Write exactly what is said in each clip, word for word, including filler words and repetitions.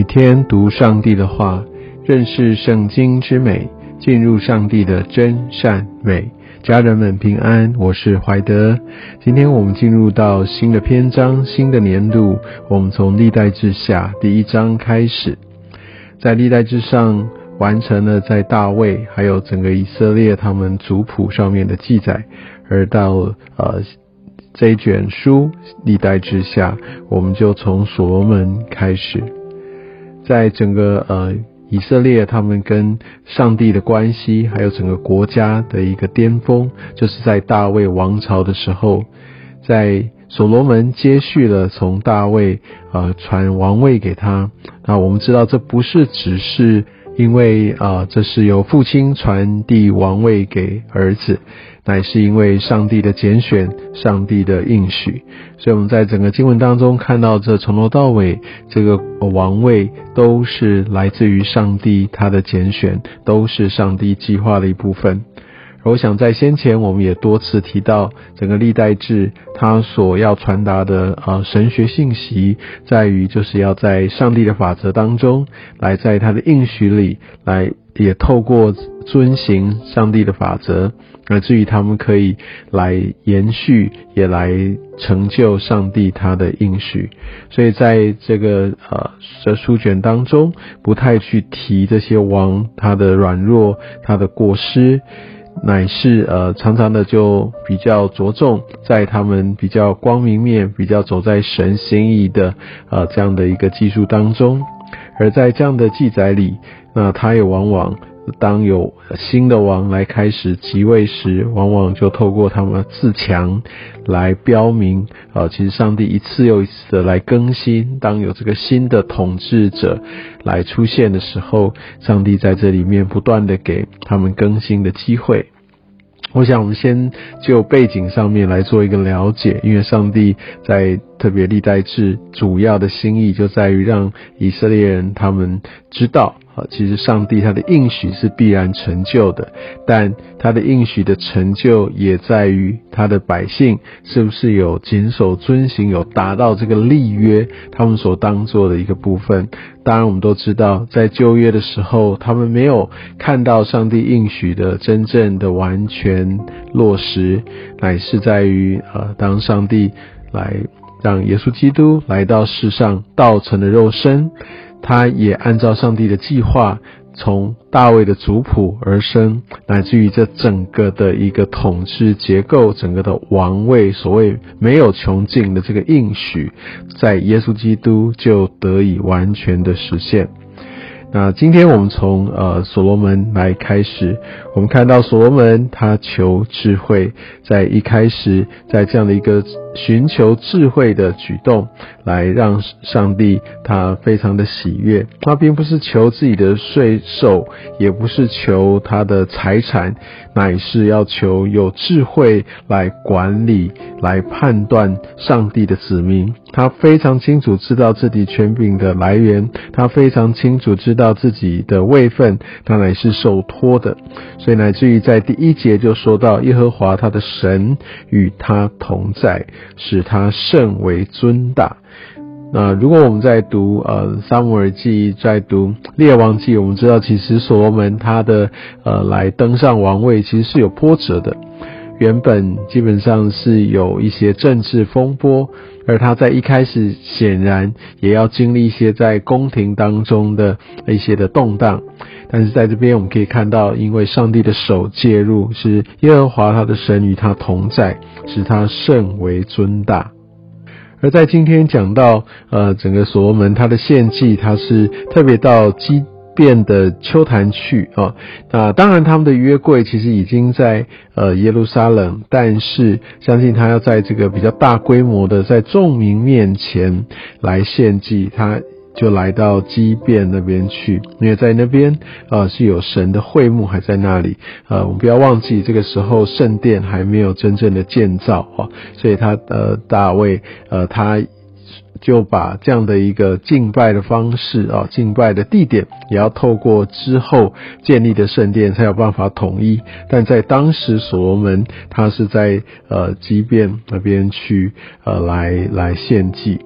每天读上帝的话，认识圣经之美，进入上帝的真善美。家人们平安，我是怀德。今天我们进入到新的篇章，新的年度，我们从历代志下第一章开始。在历代志上完成了在大卫还有整个以色列他们族谱上面的记载，而到呃这一卷书历代志下，我们就从所罗门开始。在整个呃以色列他们跟上帝的关系，还有整个国家的一个巅峰，就是在大卫王朝的时候，在所罗门接续了从大卫呃传王位给他。那我们知道这不是只是因为呃这是由父亲传递王位给儿子，乃是因为上帝的拣选，上帝的应许。所以我们在整个经文当中看到，这从头到尾这个王位都是来自于上帝他的拣选，都是上帝计划的一部分。而我想在先前我们也多次提到，整个历代志他所要传达的呃神学信息，在于就是要在上帝的法则当中，来在他的应许里，来也透过遵行上帝的法则，而至于他们可以来延续，也来成就上帝他的应许。所以在这个呃这书卷当中，不太去提这些王他的软弱，他的过失，乃是呃常常的就比较着重在他们比较光明面，比较走在神心意的呃这样的一个技术当中。而在这样的记载里，那他也往往当有新的王来开始即位时，往往就透过他们自强来标明呃，其实上帝一次又一次的来更新。当有这个新的统治者来出现的时候，上帝在这里面不断的给他们更新的机会。我想我们先就背景上面来做一个了解，因为上帝在特别历代志主要的心意就在于让以色列人他们知道啊，其实上帝他的应许是必然成就的，但他的应许的成就也在于他的百姓是不是有谨守遵行，有达到这个立约他们所当做的一个部分。当然我们都知道，在旧约的时候，他们没有看到上帝应许的真正的完全落实，乃是在于呃，当上帝来让耶稣基督来到世上，道成的肉身，他也按照上帝的计划，从大卫的族谱而生，乃至于这整个的一个统治结构，整个的王位，所谓没有穷尽的这个应许，在耶稣基督就得以完全的实现。那今天我们从呃所罗门来开始，我们看到所罗门他求智慧，在一开始在这样的一个寻求智慧的举动，来让上帝他非常的喜悦。他并不是求自己的税收，也不是求他的财产，乃是要求有智慧来管理，来判断上帝的子民。他非常清楚知道自己权柄的来源，他非常清楚知道自己的位分，他乃是受托的。所以乃至于在第一节就说到，耶和华他的神与他同在，使他甚为尊大。那如果我们在读呃撒母耳记，在读列王记，我们知道其实所罗门他的呃来登上王位其实是有波折的。原本基本上是有一些政治风波，而他在一开始显然也要经历一些在宫廷当中的一些的动荡。但是在这边我们可以看到，因为上帝的手介入，是耶和华他的神与他同在，使他甚为尊大。而在今天讲到呃整个所罗门他的献祭，他是特别到基变的丘坛去啊，那当然他们的约柜其实已经在呃耶路撒冷，但是相信他要在这个比较大规模的在众民面前来献祭，他就来到基变那边去，因为在那边呃是有神的会幕还在那里。呃我们不要忘记这个时候圣殿还没有真正的建造啊，所以他呃大卫呃他就把这样的一个敬拜的方式啊，敬拜的地点也要透过之后建立的圣殿才有办法统一。但在当时所罗门他是在呃基遍那边去呃来来献祭。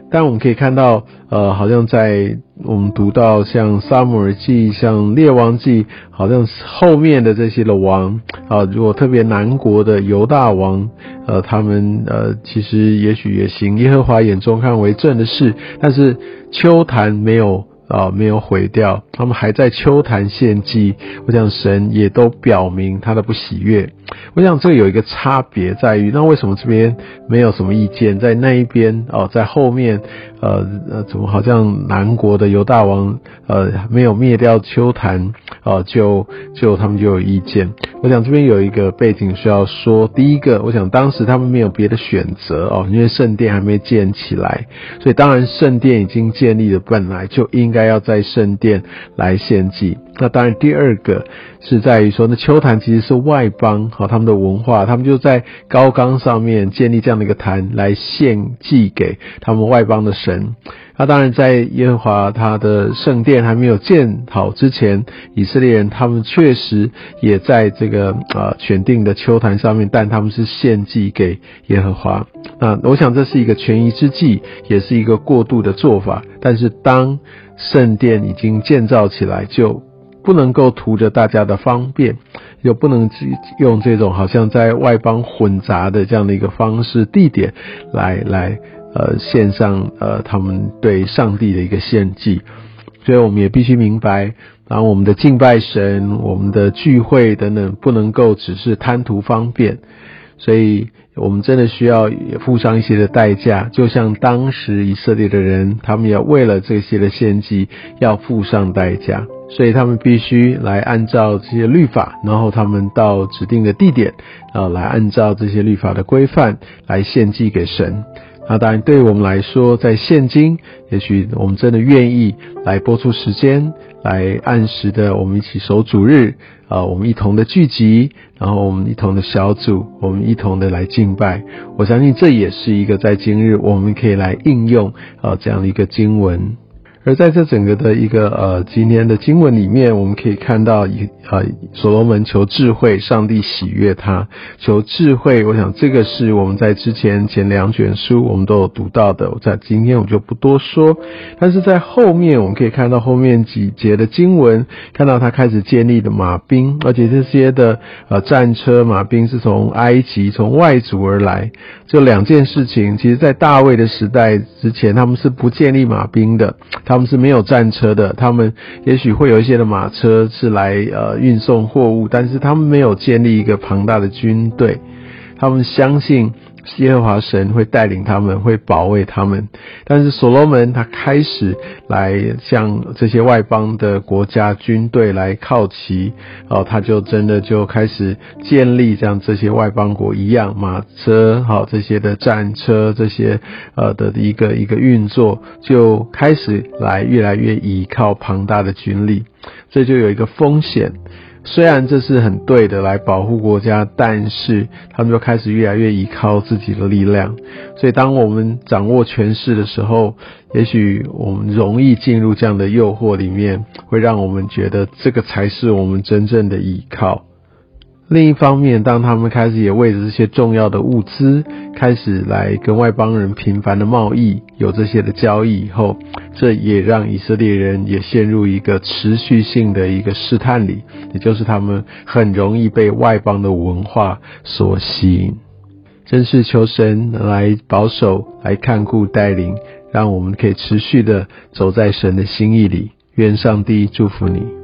但我们可以看到呃，好像在我们读到像撒母耳记、像列王记，好像后面的这些的王啊，如果特别南国的犹大王，呃，他们呃，其实也许也行耶和华眼中看为正的事，但是丘坛没有啊，没有毁掉，他们还在丘坛献祭，我想神也都表明他的不喜悦。我想这有一个差别在于，那为什么这边没有什么意见，在那一边哦，在后面呃呃，怎么好像南国的犹大王呃没有灭掉丘坛哦，就就他们就有意见。我想这边有一个背景需要说，第一个，我想当时他们没有别的选择哦，因为圣殿还没建起来，所以当然圣殿已经建立了，本来就应该要在圣殿来献祭。那当然第二个是在于说，那丘坛其实是外邦好他们的文化，他们就在高冈上面建立这样的一个坛来献祭给他们外邦的神。那当然在耶和华他的圣殿还没有建好之前，以色列人他们确实也在这个呃选定的丘坛上面，但他们是献祭给耶和华。那我想这是一个权宜之计，也是一个过渡的做法，但是当圣殿已经建造起来，就不能够图着大家的方便，又不能用这种好像在外邦混杂的这样的一个方式地点来来呃献上呃他们对上帝的一个献祭。所以我们也必须明白，然后我们的敬拜神、我们的聚会等等，不能够只是贪图方便，所以我们真的需要付上一些的代价，就像当时以色列的人，他们要为了这些的献祭要付上代价，所以他们必须来按照这些律法，然后他们到指定的地点啊，来按照这些律法的规范来献祭给神。那当然对我们来说，在现今也许我们真的愿意来播出时间，来按时的我们一起守主日啊，我们一同的聚集，然后我们一同的小组，我们一同的来敬拜。我相信这也是一个在今日我们可以来应用啊这样的一个经文。而在这整个的一个呃今天的经文里面，我们可以看到一呃所罗门求智慧，上帝喜悦他，求智慧。我想这个是我们在之前前两卷书我们都有读到的，我在今天我就不多说。但是在后面我们可以看到后面几节的经文，看到他开始建立的马兵，而且这些的呃战车马兵是从埃及从外族而来。这两件事情，其实在大卫的时代之前，他们是不建立马兵的。他们是没有战车的，他们也许会有一些的马车是来呃运送货物，但是他们没有建立一个庞大的军队。他们相信耶和华神会带领他们，会保卫他们。但是所罗门他开始来向这些外邦的国家军队来靠齐，哦，他就真的就开始建立像这些外邦国一样马车，好、哦、这些的战车，这些呃的一个一个运作，就开始来越来越依靠庞大的军力。这就有一个风险。虽然这是很对的来保护国家，但是他们就开始越来越依靠自己的力量。所以当我们掌握权势的时候，也许我们容易进入这样的诱惑里面，会让我们觉得这个才是我们真正的依靠。另一方面，当他们开始也为着这些重要的物资开始来跟外邦人频繁的贸易，有这些的交易以后，这也让以色列人也陷入一个持续性的一个试探里，也就是他们很容易被外邦的文化所吸引。真是求神来保守，来看顾带领，让我们可以持续的走在神的心意里。愿上帝祝福你。